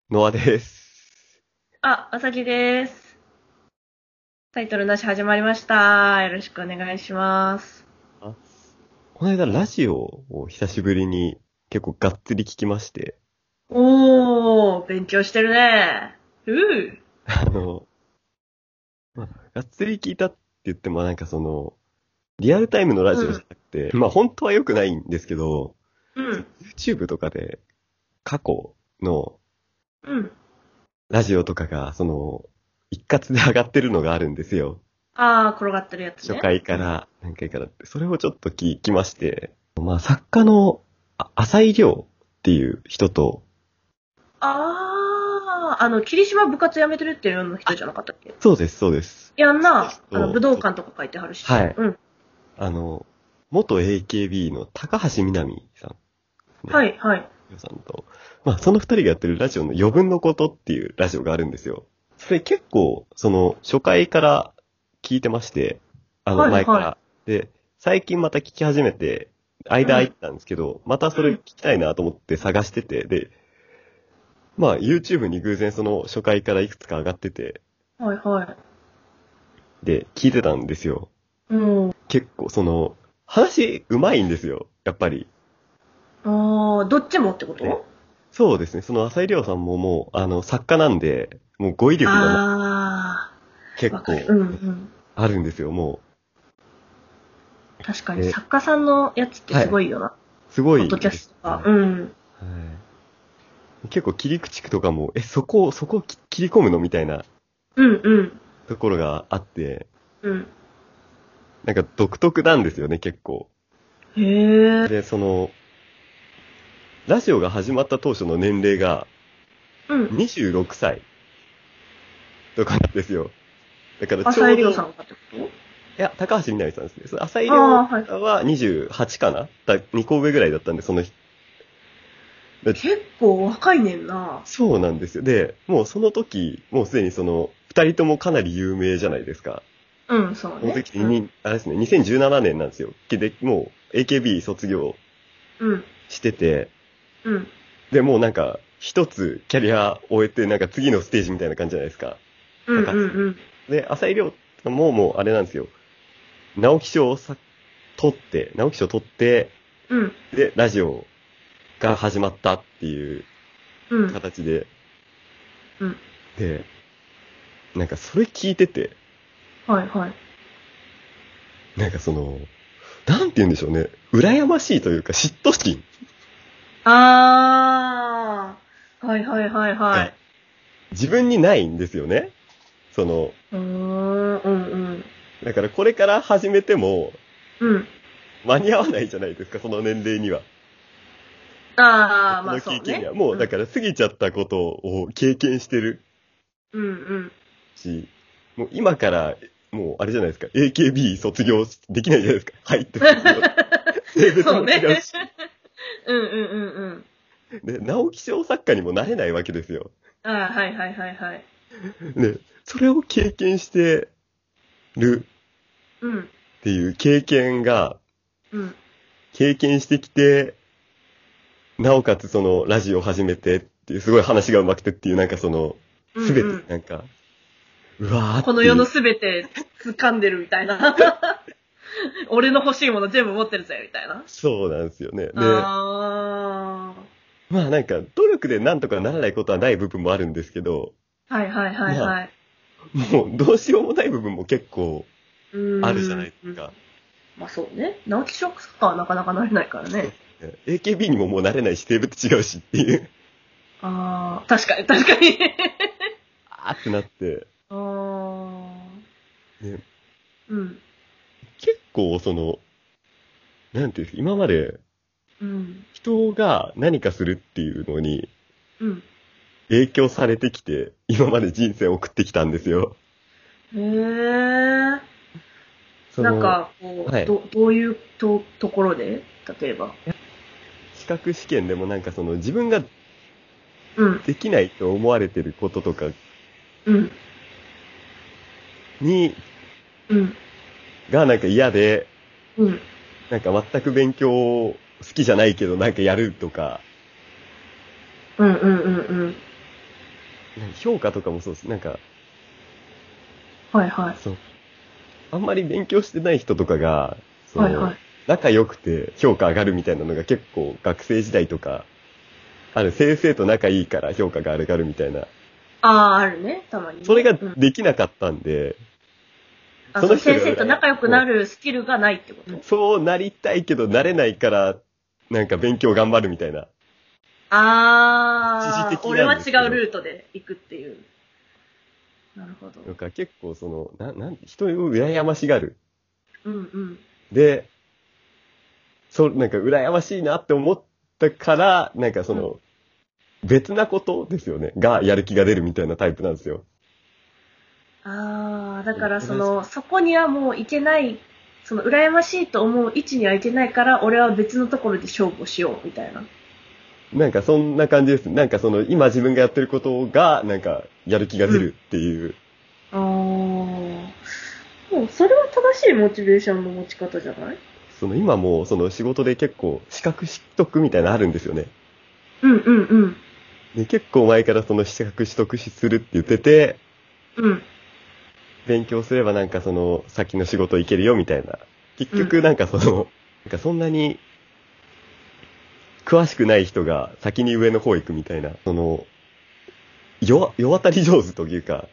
ノアです。 あ、あさきです。タイトルなし始まりました。よろしくお願いします。 あ、この間ラジオを久しぶりに結構がっつり聞きまして、 おー、勉強してるね。 あの、がっつり聞いたって言ってもリアルタイムのラジオじゃうん、 なくて、本当は良くないんですけど、 うん、 YouTube とかで過去のうん。 ラジオとかが、一括で上がってるのがあるんですよ。 あー、転がってるやつ初ね。うん。 回から何回からって、それをちょっと聞きまして、作家の浅井亮っていう人と、 霧島部活やめてるっていうの人じゃなかったっけ？ そうです、そうです。 やんな。武道そう館とか書いてはるし。 はい。 うん。 あの、元 AKB の高橋みなみさんね。 はい、はい。 さんと、その二人がやってるラジオの余分のことっていうラジオがあるんですよ。それ結構、初回から聞いてまして、 はい、はい。 前から。で、最近また聞き始めて、 うん、 間空いてたんですけど、またそれ聞うん。 きたいなと思って探してて、で、YouTube に偶然その初回からいくつか上がってて、 はい、はい。 で、聞いてたんですよ。 うん。 結構話うまいんですよ、やっぱり。 どっちもってこえと？ そうですね。その浅井亮さんももう、作家なんで、もう語彙力が結わかる。う構ん、うん。 あるんですよ、も確かう。 に作家さんのやつってはい。 すごいよな。 すごポッドキャいですストとか。 ね。 うん。 はい。結構切り口とかも、そこ切り込むのみたいなうんうん。 ところがあって、 うん。 なんか独特なんですよね、結構。 へえ。 で、ラジオが始まった当初の年齢がうん。 26歳とかなんですよ。だからち浅井亮さょうど、 んがってこいや、高橋みなみさんですね。その浅井と？ 亮はい。 さんは28かな2個上ぐらいだったんで、その日。で結構若いねんな。 そうなんですよ。で、もうその時、もうすでに二人ともかなり有名じゃないですか。 うん、そうそのね。うん。 時に、あれですね、2017年なんですよ。で、もう AKB 卒業うん。 してて、 うん。 で、もうなんか、一つキャリア終えて、なんか次のステージみたいな感じじゃないですか。 うん高橋さん。 うんで、浅井亮さんももうあれなんですよ。直木賞を直木賞取って、 うん。うん。 で、ラジオが始まったっていううん。 形で、 うん。 で、なんかそれ聞いてて、 はいはい。 なんかなんて言うんでしょうね。羨ましいというか嫉妬心はいはいはいはがい。 自分にないんですよね。 うんうん。 だからこれから始めてもうん。 間に合わないじゃないですか、その年齢には。そまあの経験には。 そうね。 もううん。 だから過ぎちゃったことを経験してるうんうん。 し、もう今からもうあれじゃないですか、AKB 卒業できないじゃないですか。入って卒業。性別もそうね。 違うし。 うんうんうんうん。 で、直木賞作家にもなれないわけですよ。 はいはいはいはい。 で、それを経験してるうん、 っていう経験が、 うん、 経験してきて、なおかつラジオを始めてっていう、すごい話が上手くてっていう、 うんすべて、 うん。 うわーこの世のっていう。 すべて掴んでるみたいな。俺の欲しいもの全部持ってるぜ、みたいな。 そうなんですよね。で、 あ努力でなんとかならないことはない部分もあるんですけど、 はいはいはいまあ、 はい。 もうどうしようもない部分も結構うあるじゃないーん。 ですか。 まあそうね。直木賞作家はなかなかなれないからね。 そうですね。AKB にももうなれないし、性別違うしっていう、 確かに確かに。 あーってなって、 あーね、 うん、 結構なんていうんですか、今までうん、 人が何かするっていうのにうん。 影響されてきて、今まで人生を送ってきたんですよ。 へえ。なんか、 はい。 どういうところで例えば。 資格試験でも自分がうん、 できないと思われてることとかうん、 に、 うん、 が嫌で、 うん。 全く勉強好きじゃないけどやるとか、 うんうんうんうん。 評価とかもそうです。 はいはい。 そう、あんまり勉強してない人とかが、 はいはい。 仲良くて評価上がるみたいなのが結構学生時代とか、先生と仲いいから評価が上がるみたいな。 ああ、あるね。たまにね。 それがうん。 できなかったんで、 あ、 そのその人が羨ま、 先生と仲良くなるスキルがないってこと？ そうなりたいけどなれないから、勉強頑張るみたいな。一時ああ、 的俺は違なんですけど。 うルートで行くっていう。なるほど。 結構人を羨ましがる。 うんうん。 で、羨ましいなって思ったから、 うん。 別なことですよね。が、やる気が出るみたいなタイプなんですよ。 ああ、だから同じ。 そこにはもう行けない、羨ましいと思う位置には行けないから、俺は別のところで勝負をしよう、みたいな。 そんな感じです。今自分がやってることが、やる気がうん。 出るっていう。 ああ、もうそれは正しいモチベーションの持ち方じゃない？ 今も、仕事で結構、資格取得みたいなのあるんですよね。 うんうんうん。 で、結構前からその資格取得するって言ってて、 うん。 勉強すれば先の仕事行けるよみたいな。結うん。 局そんなに詳しくない人が先に上の方行くみたいな、世渡り上手というか、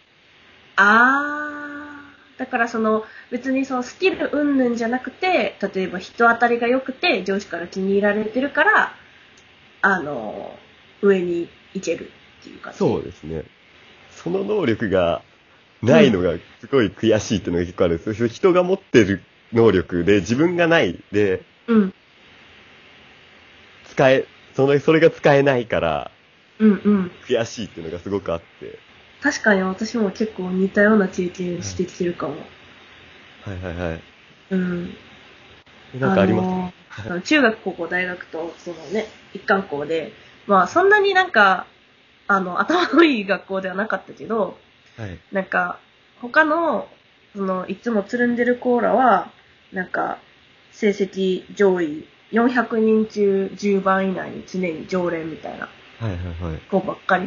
あー、だから別にスキル云々じゃなくて、例えば人当たりが良くて上司から気に入られてるから、あの、上に行けるっていう感じ？ そうですね。その能力がうん。 ないのがすごい悔しいっていうのが結構あるんです。人が持ってる能力で自分がないで、 うん。 使え、それが使えないからうんうん。 悔しいっていうのがすごくあって。 確かに私も結構似たような経験してきてるかも。 はいはいはいはい。 うん。 あります？ 中学、高校、大学と、一貫校で、まあ、そんなに頭のいい学校ではなかったけど、 はい。 なんか、他の、いつもつるんでるコーラは、なんか、成績上位400人中10番以内に常に常連みたいなはいはいはい。 子ばっかり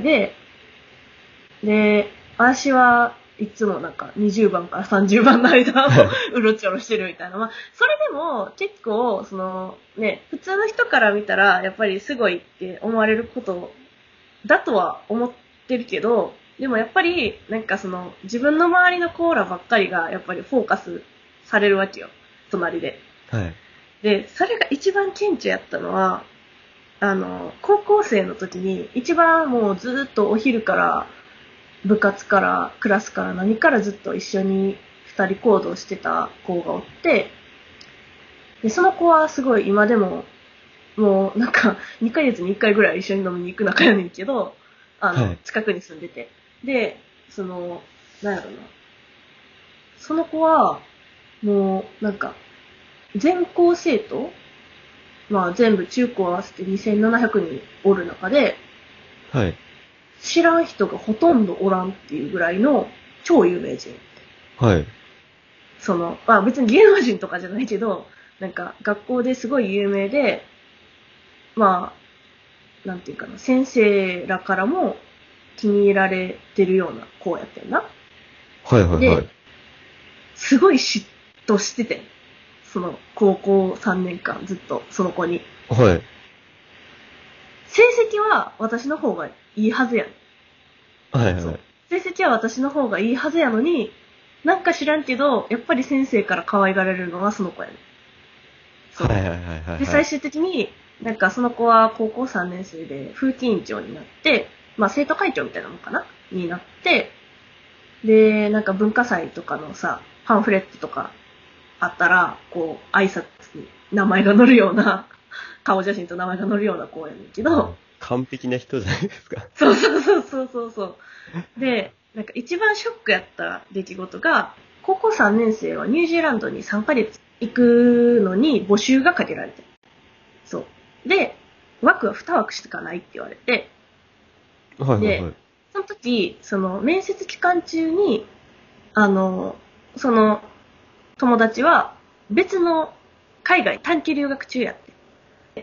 で、私はいつも20番から30番の間をうろちょろしてるみたいな。まあ、それでも結構、普通の人から見たら、やっぱりすごいって思われることだとは思ってるけど、でもやっぱり、自分の周りのコーラばっかりが、やっぱりフォーカスされるわけよ。隣で。 はい。 で、それが一番顕著やったのは、高校生の時に、一番もうずっとお昼から部活からクラスから何からずっと一緒に二人行動してた子がおって、で、その子はすごい今でも、もう2ヶ月に1回ぐらい一緒に飲みに行く仲やねんけど、 はい。 近くに住んでて。で、なんやろな。その子は、もう、全校生徒まあ全部中高合わせて2700人おる中で、 はい。 知らん人がほとんどおらんっていうぐらいの超有名人。 はい。 まあ別に芸能人とかじゃないけど、学校ですごい有名で、まあ、なんていうかな、先生らからも気に入られてるような子やってんな。 はいはいはで、 い。 すごい嫉妬してて、高校3年間ずっとその子に。 はい。 成績は私の方がいいはずやん。そう。 はいはい。 成績は私の方がいいはずやのに、なんか知らんけど、やっぱり先生から可愛がられるのはその子やねん。そう。 はいはいはいはいで、 はい。 最終的に、その子は高校3年生で風紀委員長になって、まあ生徒会長みたいなのかなになって、で、文化祭とかのさ、パンフレットとかあったら、こう、挨拶に名前が載るような、顔写真と名前が載るような子やねんけど、 完璧な人じゃないですか。 そうそうそうそうそうそう。で、一番ショックやった出来事が、高校3年生はニュージーランドに3ヶ月行くのに募集がかけられてる。そう。で、枠は2枠しかないって言われて、で、 はいはいはい。 その時、面接期間中に、その友達は別の海外短期留学中やって。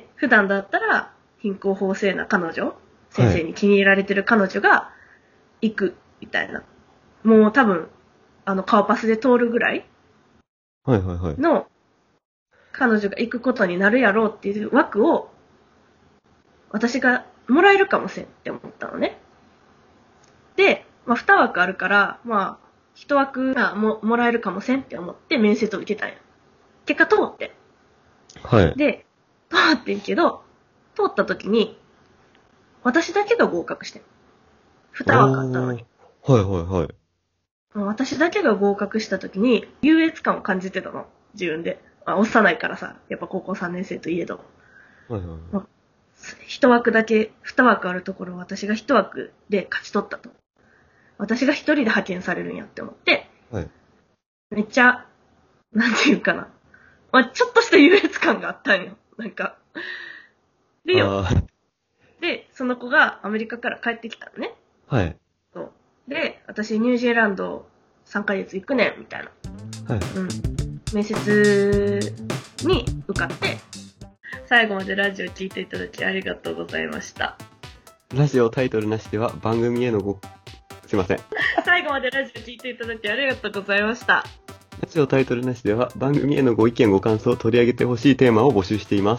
普段だったら貧困法制な彼女、先はい。 生に気に入られてる彼女が、 行く、みたいな。もう多分、顔パスで通るぐらいはいはいはい。 の、彼女が行くことになるやろうっていう枠を、私がもらえるかもしれんって思ったのね。で、まあ、2枠あるから、まあ、1枠がもらえるかもしれんって思って面接を受けたんや。結果通って。 はい。 で、通ってんけど、通った時に、私だけが合格してん。2枠あったのに。 はいはいはい。 私だけが合格した時に、優越感を感じてたの。自分で。幼いからさ、やっぱ高校3年生といえど。 はいはいはい。 1枠だけ、2枠あるところを私が1枠で勝ち取ったと。私が1人で派遣されるんやって思って、 はい。 めっちゃ、なんていうかな。まあ、ちょっとした優越感があったんよ。なんか。でよ。で、その子がアメリカから帰ってきたのね。 はい。 そうで、私ニュージーランド3ヶ月行くねん、みたいな。 はい。 うん。面接に受かって、最後までラジオ聞いていただきありがとうございました。 ラジオタイトルなしでは番組へのすいません。 最後までラジオ聞いていただきありがとうございました。 ラジオタイトルなしでは番組へのご意見ご感想を取り上げてほしいテーマを募集しています。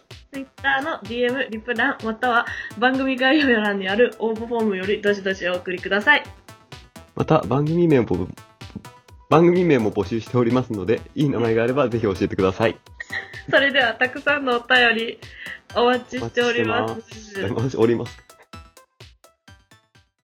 Twitter の DM、リプ欄、または番組概要欄にある応募フォームよりどしどしお送りください。 また番組名も募集しておりますので、いい名前があればぜひ教えてください。 それではたくさんのお便りお待ちしております。 おります。